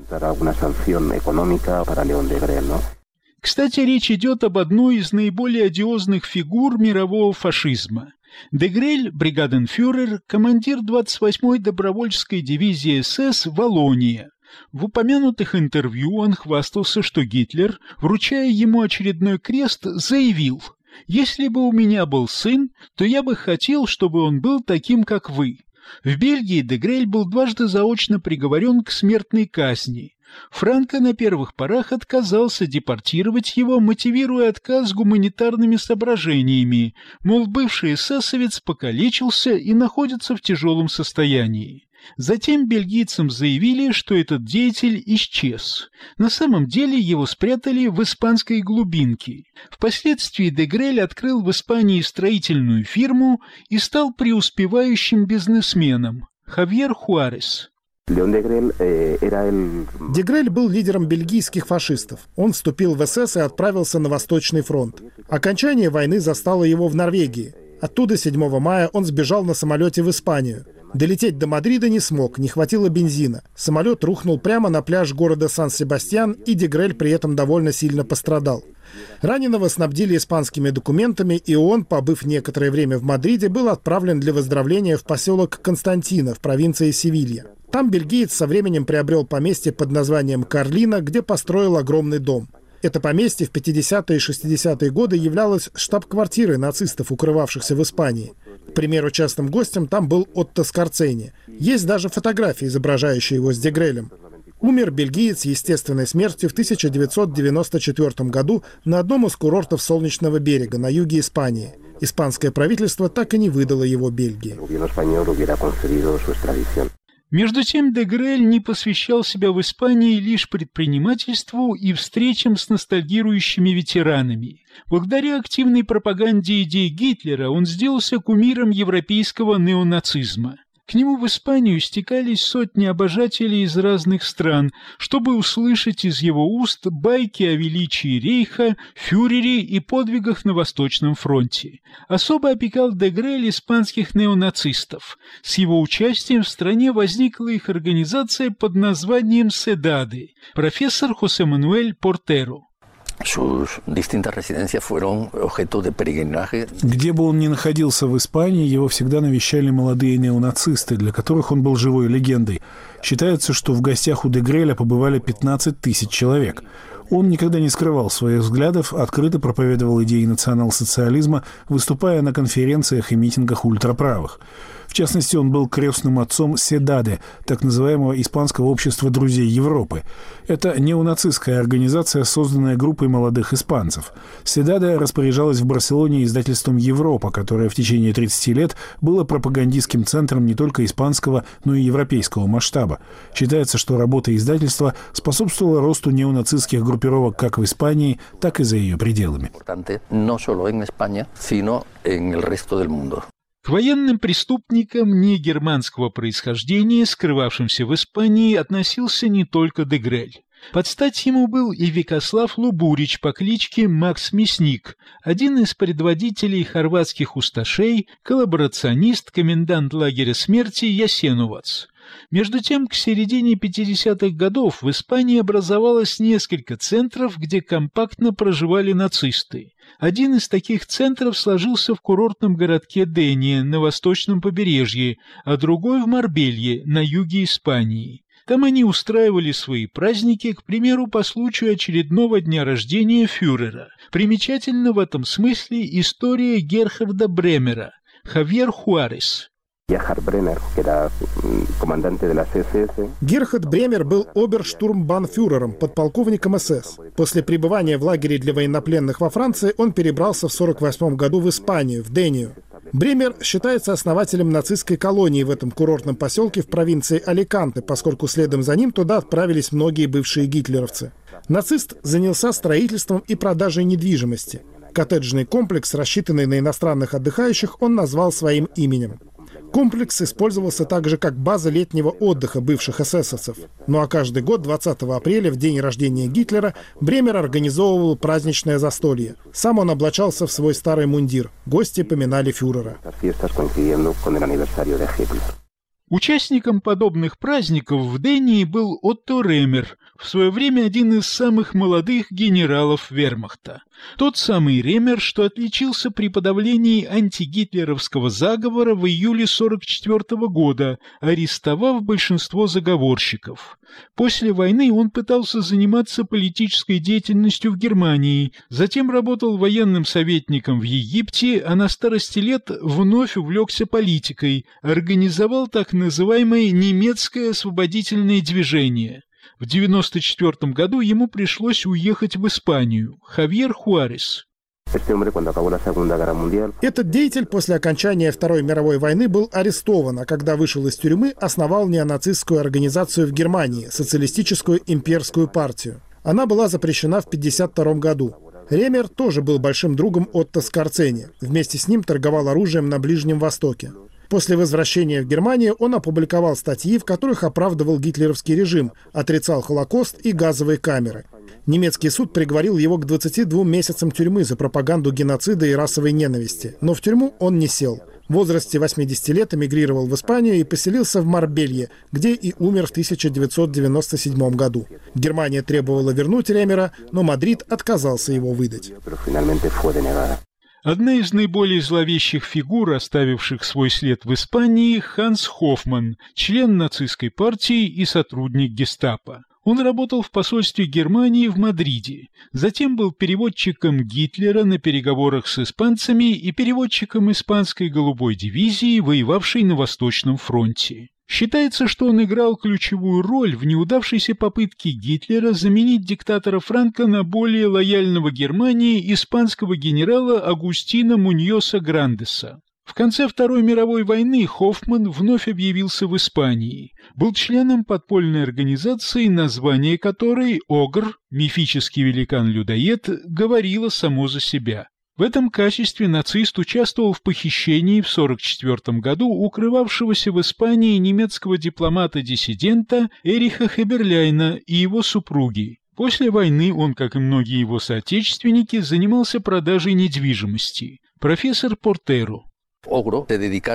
Кстати, речь идет об одной из наиболее одиозных фигур мирового фашизма. Де Грель, бригаденфюрер, командир 28-й добровольческой дивизии СС «Валлония». В упомянутых интервью он хвастался, что Гитлер, вручая ему очередной крест, заявил: «Если бы у меня был сын, то я бы хотел, чтобы он был таким, как вы». В Бельгии де Грель был дважды заочно приговорен к смертной казни. Франко на первых порах отказался депортировать его, мотивируя отказ гуманитарными соображениями, мол, бывший эсэсовец покалечился и находится в тяжелом состоянии. Затем бельгийцам заявили, что этот деятель исчез. На самом деле его спрятали в испанской глубинке. Впоследствии де Грель открыл в Испании строительную фирму и стал преуспевающим бизнесменом. Хавьер Хуарес. Де Грель был лидером бельгийских фашистов. Он вступил в СС и отправился на Восточный фронт. Окончание войны застало его в Норвегии. Оттуда 7 мая он сбежал на самолете в Испанию. Долететь до Мадрида не смог, не хватило бензина. Самолет рухнул прямо на пляж города Сан-Себастьян, и де Грель при этом довольно сильно пострадал. Раненого снабдили испанскими документами, и он, побыв некоторое время в Мадриде, был отправлен для выздоровления в поселок Константино в провинции Севилья. Там бельгиец со временем приобрел поместье под названием Карлина, где построил огромный дом. Это поместье в 50-е и 60-е годы являлось штаб-квартирой нацистов, укрывавшихся в Испании. К примеру, частным гостем там был Отто Скорцени. Есть даже фотографии, изображающие его с де Грелем. Умер бельгиец естественной смертью в 1994 году на одном из курортов Солнечного берега на юге Испании. Испанское правительство так и не выдало его Бельгии. Между тем де Грель не посвящал себя в Испании лишь предпринимательству и встречам с ностальгирующими ветеранами. Благодаря активной пропаганде идей Гитлера он сделался кумиром европейского неонацизма. К нему в Испанию стекались сотни обожателей из разных стран, чтобы услышать из его уст байки о величии рейха, фюрере и подвигах на Восточном фронте. Особо опекал де Грель испанских неонацистов. С его участием в стране возникла их организация под названием «Седады», профессор Хосе Мануэль Портеро. Где бы он ни находился в Испании, его всегда навещали молодые неонацисты, для которых он был живой легендой. Считается, что в гостях у де Греля побывали 15 тысяч человек. Он никогда не скрывал своих взглядов, открыто проповедовал идеи национал-социализма, выступая на конференциях и митингах ультраправых. В частности, он был крестным отцом «Седады», так называемого Испанского общества друзей Европы. Это неонацистская организация, созданная группой молодых испанцев. «Седады» распоряжалась в Барселоне издательством «Европа», которое в течение 30 лет было пропагандистским центром не только испанского, но и европейского масштаба. Считается, что работа издательства способствовала росту неонацистских группировок как в Испании, так и за ее пределами. К военным преступникам негерманского происхождения, скрывавшимся в Испании, относился не только де Грель. Под стать ему был и Викослав Лубурич по кличке Макс Мясник, один из предводителей хорватских усташей, коллаборационист, комендант лагеря смерти Ясеновац. Между тем, к середине 50-х годов в Испании образовалось несколько центров, где компактно проживали нацисты. Один из таких центров сложился в курортном городке Дения на восточном побережье, а другой в Марбелье на юге Испании. Там они устраивали свои праздники, к примеру, по случаю очередного дня рождения фюрера. Примечательна в этом смысле история Герхарда Бремера, Хавьер Хуарес. Герхард Бремер был оберштурмбанфюрером, подполковником СС. После пребывания в лагере для военнопленных во Франции он перебрался в 1948 году в Испанию, в Дению. Бремер считается основателем нацистской колонии в этом курортном поселке в провинции Аликанте, поскольку следом за ним туда отправились многие бывшие гитлеровцы. Нацист занялся строительством и продажей недвижимости. Коттеджный комплекс, рассчитанный на иностранных отдыхающих, он назвал своим именем. Комплекс использовался также как база летнего отдыха бывших эсэсовцев. Ну а каждый год 20 апреля, в день рождения Гитлера, Бремер организовывал праздничное застолье. Сам он облачался в свой старый мундир. Гости поминали фюрера. Участником подобных праздников в Дении был Отто Ремер, в свое время один из самых молодых генералов вермахта. Тот самый Ремер, что отличился при подавлении антигитлеровского заговора в июле 1944 года, арестовав большинство заговорщиков. После войны он пытался заниматься политической деятельностью в Германии, затем работал военным советником в Египте, а на старости лет вновь увлекся политикой, организовал так называемое немецкое освободительное движение. В 1994 году ему пришлось уехать в Испанию. Хавьер Хуарес. Этот деятель после окончания Второй мировой войны был арестован, а когда вышел из тюрьмы, основал неонацистскую организацию в Германии – Социалистическую имперскую партию. Она была запрещена в 1952 году. Ремер тоже был большим другом Отто Скорцени. Вместе с ним торговал оружием на Ближнем Востоке. После возвращения в Германию он опубликовал статьи, в которых оправдывал гитлеровский режим, отрицал Холокост и газовые камеры. Немецкий суд приговорил его к 22 месяцам тюрьмы за пропаганду геноцида и расовой ненависти. Но в тюрьму он не сел. В возрасте 80 лет эмигрировал в Испанию и поселился в Марбелье, где и умер в 1997 году. Германия требовала вернуть Ремера, но Мадрид отказался его выдать. Одна из наиболее зловещих фигур, оставивших свой след в Испании, Ханс Хоффман, член нацистской партии и сотрудник гестапо. Он работал в посольстве Германии в Мадриде, затем был переводчиком Гитлера на переговорах с испанцами и переводчиком испанской голубой дивизии, воевавшей на Восточном фронте. Считается, что он играл ключевую роль в неудавшейся попытке Гитлера заменить диктатора Франко на более лояльного Германии испанского генерала Агустина Муньоса Грандеса. В конце Второй мировой войны Хоффман вновь объявился в Испании. Был членом подпольной организации, название которой «Огр», мифический великан-людоед, говорило само за себя. В этом качестве нацист участвовал в похищении в 1944 году укрывавшегося в Испании немецкого дипломата-диссидента Эриха Хеберляйна и его супруги. После войны он, как и многие его соотечественники, занимался продажей недвижимости. Профессор Портеро. Огр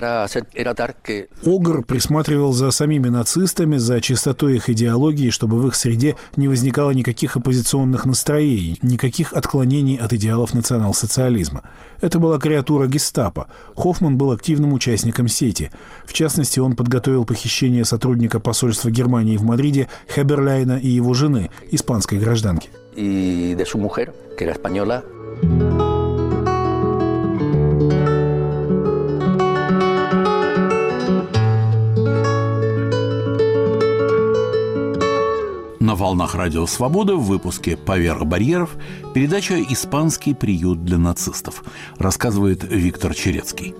присматривал за самими нацистами, за чистотой их идеологии, чтобы в их среде не возникало никаких оппозиционных настроений, никаких отклонений от идеалов национал-социализма. Это была креатура гестапо. Хоффман был активным участником сети. В частности, он подготовил похищение сотрудника посольства Германии в Мадриде Хеберляйна и его жены, испанской гражданки. На волнах Радио Свобода в выпуске «Поверх барьеров» передача «Испанский приют для нацистов», рассказывает Виктор Черецкий.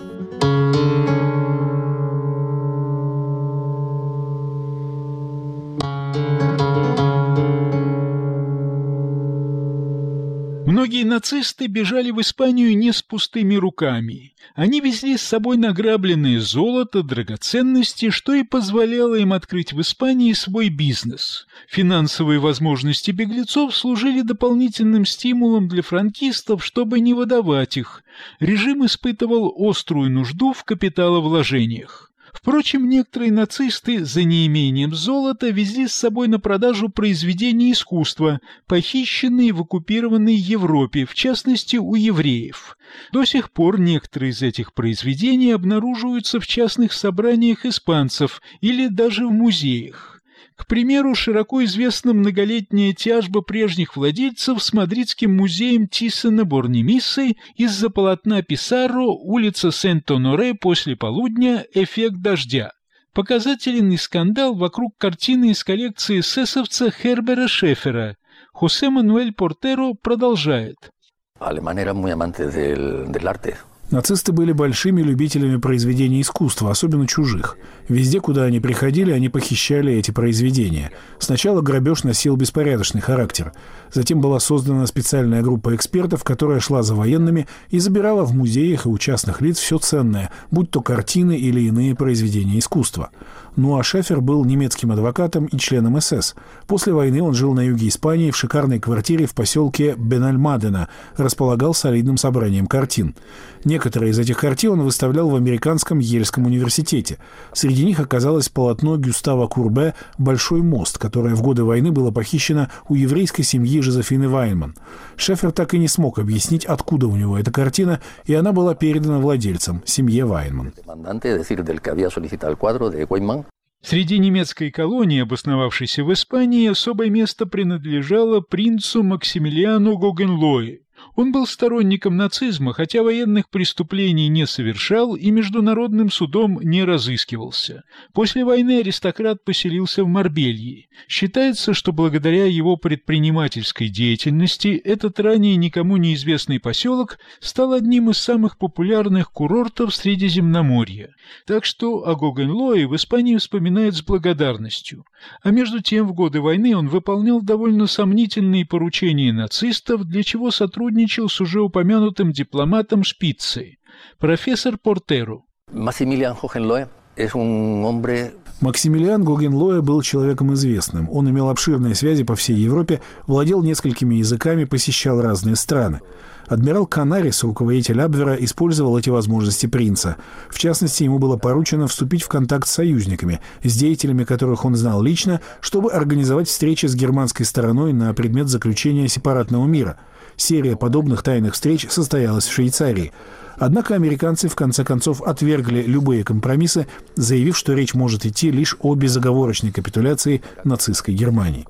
Многие нацисты бежали в Испанию не с пустыми руками. Они везли с собой награбленное золото, драгоценности, что и позволяло им открыть в Испании свой бизнес. Финансовые возможности беглецов служили дополнительным стимулом для франкистов, чтобы не выдавать их. Режим испытывал острую нужду в капиталовложениях. Впрочем, некоторые нацисты за неимением золота везли с собой на продажу произведения искусства, похищенные в оккупированной Европе, в частности у евреев. До сих пор некоторые из этих произведений обнаруживаются в частных собраниях испанцев или даже в музеях. К примеру, широко известна многолетняя тяжба прежних владельцев с мадридским музеем Тиссона-Борнемиссы из-за полотна Писарро «Улица Сент-Оноре после полудня. Эффект дождя». Показательный скандал вокруг картины из коллекции эсэсовца Хербера Шефера. Хосе Мануэль Портеро продолжает. Нацисты были большими любителями произведений искусства, особенно чужих. Везде, куда они приходили, они похищали эти произведения. Сначала грабеж носил беспорядочный характер. Затем была создана специальная группа экспертов, которая шла за военными и забирала в музеях и у частных лиц все ценное, будь то картины или иные произведения искусства. Ну а Шефер был немецким адвокатом и членом СС. После войны он жил на юге Испании в шикарной квартире в поселке Бенальмадена, располагал солидным собранием картин. Некоторые из этих картин он выставлял в американском Ельском университете. Среди них оказалось полотно Гюстава Курбе «Большой мост», которое в годы войны было похищено у еврейской семьи Жозефины Вайнман. Шефер так и не смог объяснить, откуда у него эта картина, и она была передана владельцам, семье Вайнман. Среди немецкой колонии, обосновавшейся в Испании, особое место принадлежало принцу Максимилиану Гогенлое. Он был сторонником нацизма, хотя военных преступлений не совершал и международным судом не разыскивался. После войны аристократ поселился в Марбелье. Считается, что благодаря его предпринимательской деятельности этот ранее никому неизвестный поселок стал одним из самых популярных курортов Средиземноморья. Так что о Гогенлое в Испании вспоминают с благодарностью. А между тем в годы войны он выполнял довольно сомнительные поручения нацистов, для чего сотрудничал с уже упомянутым дипломатом Шпицей, профессор Портеро. Максимилиан Гогенлое был человеком известным. Он имел обширные связи по всей Европе, владел несколькими языками, посещал разные страны. Адмирал Канарис, руководитель Абвера, использовал эти возможности принца. В частности, ему было поручено вступить в контакт с союзниками, с деятелями которых он знал лично, чтобы организовать встречи с германской стороной на предмет заключения сепаратного мира. Серия подобных тайных встреч состоялась в Швейцарии. Однако американцы в конце концов отвергли любые компромиссы, заявив, что речь может идти лишь о безоговорочной капитуляции нацистской Германии.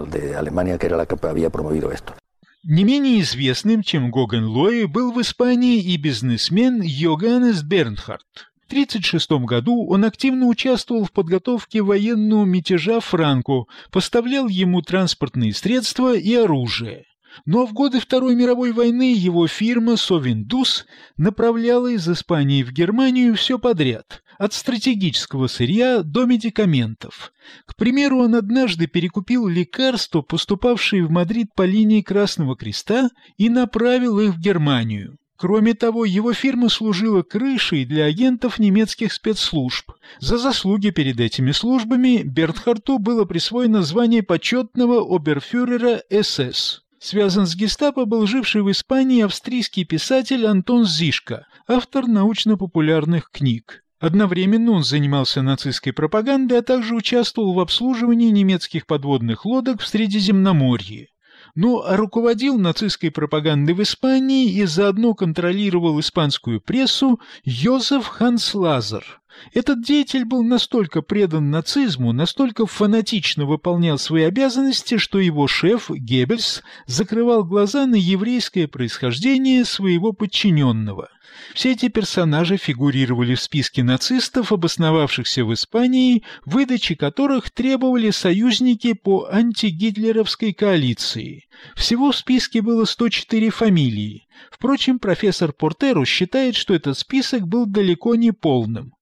Не менее известным, чем Гогенлое, был в Испании и бизнесмен Йоганнес Бернхард. В 1936 году он активно участвовал в подготовке военного мятежа Франко, поставлял ему транспортные средства и оружие. Но в годы Второй мировой войны его фирма «Совиндус» направляла из Испании в Германию все подряд, от стратегического сырья до медикаментов. К примеру, он однажды перекупил лекарства, поступавшие в Мадрид по линии Красного Креста, и направил их в Германию. Кроме того, его фирма служила крышей для агентов немецких спецслужб. За заслуги перед этими службами Бернхарту было присвоено звание почетного оберфюрера СС. Связан с гестапо был живший в Испании австрийский писатель Антон Зишка, автор научно-популярных книг. Одновременно он занимался нацистской пропагандой, а также участвовал в обслуживании немецких подводных лодок в Средиземноморье. А руководил нацистской пропагандой в Испании и заодно контролировал испанскую прессу Йозеф Ханслазер. Этот деятель был настолько предан нацизму, настолько фанатично выполнял свои обязанности, что его шеф Геббельс закрывал глаза на еврейское происхождение своего подчиненного. Все эти персонажи фигурировали в списке нацистов, обосновавшихся в Испании, выдачи которых требовали союзники по антигитлеровской коалиции. Всего в списке было 104 фамилии. Впрочем, профессор Портеро считает, что этот список был далеко не полным.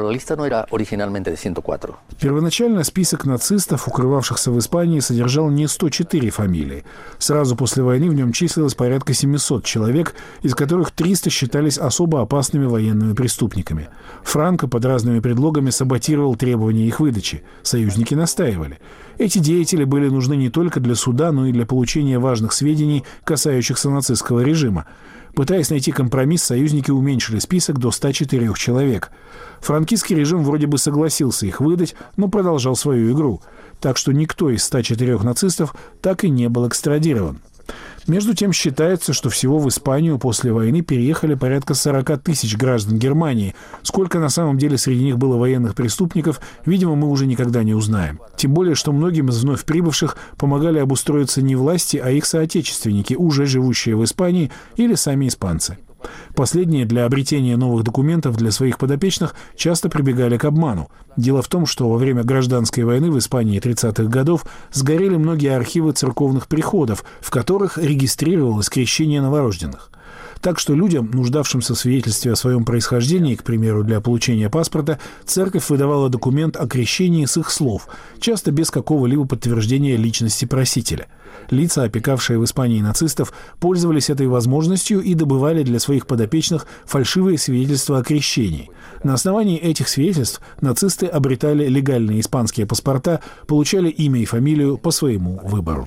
Первоначально список нацистов, укрывавшихся в Испании, содержал не 104 фамилии. Сразу после войны в нем числилось порядка 700 человек, из которых 300 считались особо опасными военными преступниками. Франко под разными предлогами саботировал требования их выдачи. Союзники настаивали. Эти деятели были нужны не только для суда, но и для получения важных сведений, касающихся нацистского режима. Пытаясь найти компромисс, союзники уменьшили список до 104 человек. Франкистский режим вроде бы согласился их выдать, но продолжал свою игру. Так что никто из 104 нацистов так и не был экстрадирован. Между тем считается, что всего в Испанию после войны переехали порядка 40 тысяч граждан Германии. Сколько на самом деле среди них было военных преступников, видимо, мы уже никогда не узнаем. Тем более, что многим из вновь прибывших помогали обустроиться не власти, а их соотечественники, уже живущие в Испании, или сами испанцы. Последние для обретения новых документов для своих подопечных часто прибегали к обману. Дело в том, что во время гражданской войны в Испании 30-х годов сгорели многие архивы церковных приходов, в которых регистрировалось крещение новорожденных. Так что людям, нуждавшимся в свидетельстве о своем происхождении, к примеру, для получения паспорта, церковь выдавала документ о крещении с их слов, часто без какого-либо подтверждения личности просителя. Лица, опекавшие в Испании нацистов, пользовались этой возможностью и добывали для своих подопечных фальшивые свидетельства о крещении. На основании этих свидетельств нацисты обретали легальные испанские паспорта, получали имя и фамилию по своему выбору.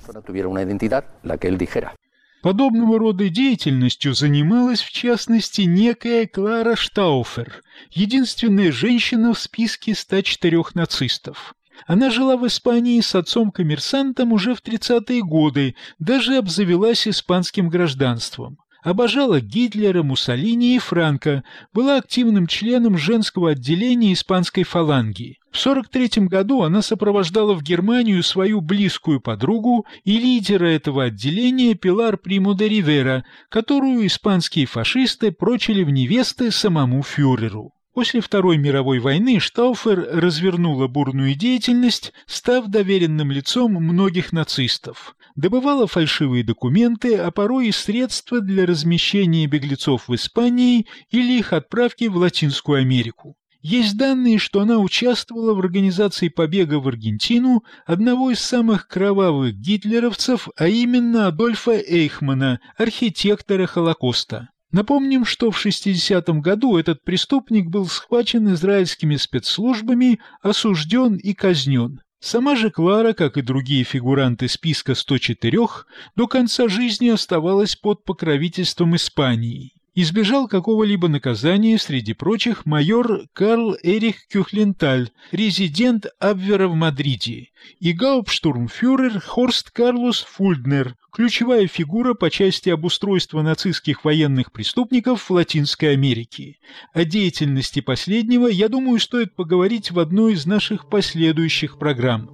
Подобного рода деятельностью занималась, в частности, некая Клара Штауфер, единственная женщина в списке 104 нацистов. Она жила в Испании с отцом-коммерсантом уже в 30-е годы, даже обзавелась испанским гражданством. Обожала Гитлера, Муссолини и Франко, была активным членом женского отделения испанской фаланги. В 1943 году она сопровождала в Германию свою близкую подругу и лидера этого отделения Пилар Приму де Ривера, которую испанские фашисты прочили в невесты самому фюреру. После Второй мировой войны Штауфер развернула бурную деятельность, став доверенным лицом многих нацистов. Добывала фальшивые документы, а порой и средства для размещения беглецов в Испании или их отправки в Латинскую Америку. Есть данные, что она участвовала в организации побега в Аргентину одного из самых кровавых гитлеровцев, а именно Адольфа Эйхмана, архитектора Холокоста. Напомним, что в 1960 году этот преступник был схвачен израильскими спецслужбами, осужден и казнен. Сама же Клара, как и другие фигуранты списка 104, до конца жизни оставалась под покровительством Испании. Избежал какого-либо наказания, среди прочих, майор Карл Эрих Кюхленталь, резидент Абвера в Мадриде, и гауптштурмфюрер Хорст Карлос Фульднер, ключевая фигура по части обустройства нацистских военных преступников в Латинской Америке. О деятельности последнего, я думаю, стоит поговорить в одной из наших последующих программ.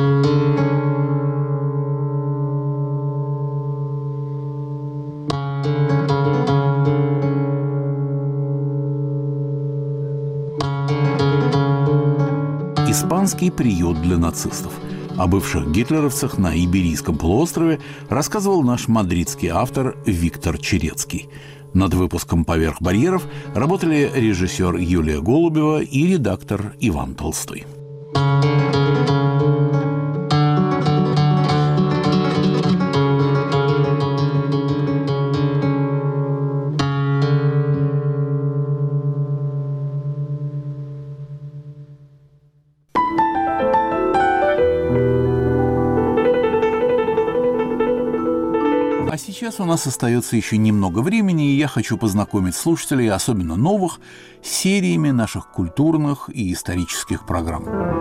Испанский приют для нацистов. О бывших гитлеровцах на Иберийском полуострове рассказывал наш мадридский автор Виктор Черецкий. Над выпуском «Поверх барьеров» работали режиссер Юлия Голубева и редактор Иван Толстой. А сейчас у нас остается еще немного времени, и я хочу познакомить слушателей, особенно новых, с сериями наших культурных и исторических программ.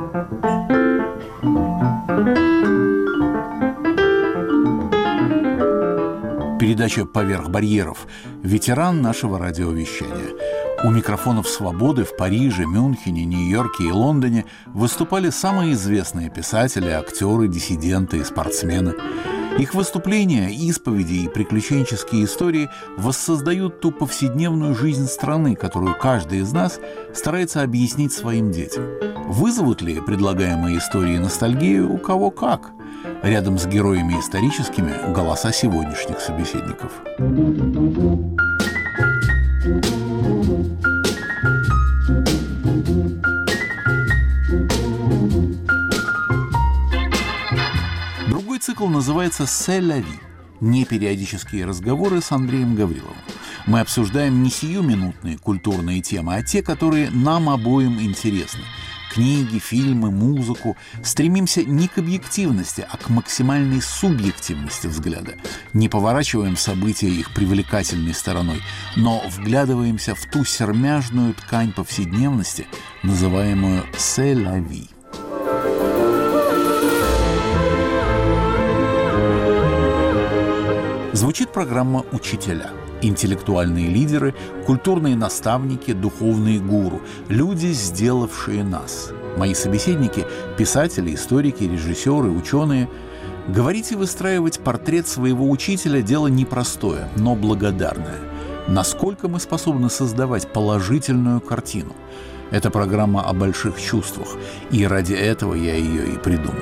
Передача «Поверх барьеров» – ветеран нашего радиовещания. У микрофонов «Свободы» в Париже, Мюнхене, Нью-Йорке и Лондоне выступали самые известные писатели, актеры, диссиденты и спортсмены. Их выступления, исповеди и приключенческие истории воссоздают ту повседневную жизнь страны, которую каждый из нас старается объяснить своим детям. Вызовут ли предлагаемые истории ностальгию у кого как? Рядом с героями историческими голоса сегодняшних собеседников. Другой цикл называется «C'est la vie» – непериодические разговоры с Андреем Гавриловым. Мы обсуждаем не сиюминутные культурные темы, а те, которые нам обоим интересны. Книги, фильмы, музыку. Стремимся не к объективности, а к максимальной субъективности взгляда. Не поворачиваем события их привлекательной стороной, но вглядываемся в ту сермяжную ткань повседневности, называемую «C'est la vie». Звучит программа «Учителя». Интеллектуальные лидеры, культурные наставники, духовные гуру, люди, сделавшие нас. Мои собеседники – писатели, историки, режиссеры, ученые. Говорить и выстраивать портрет своего учителя – дело непростое, но благодарное. Насколько мы способны создавать положительную картину? Это программа о больших чувствах, и ради этого я ее и придумал.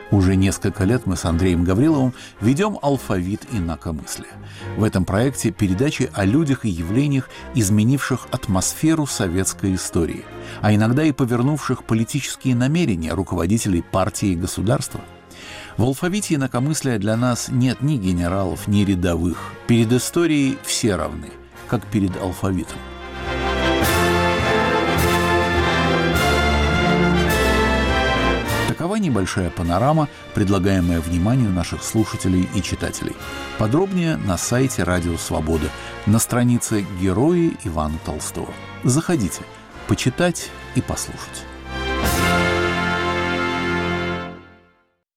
Уже несколько лет мы с Андреем Гавриловым ведем «Алфавит инакомыслия». В этом проекте передачи о людях и явлениях, изменивших атмосферу советской истории, а иногда и повернувших политические намерения руководителей партии и государства. В «Алфавите инакомыслия» для нас нет ни генералов, ни рядовых. Перед историей все равны, как перед алфавитом. Такова небольшая панорама, предлагаемая вниманию наших слушателей и читателей. Подробнее на сайте «Радио Свобода», на странице «Герои Ивана Толстого». Заходите, почитать и послушать.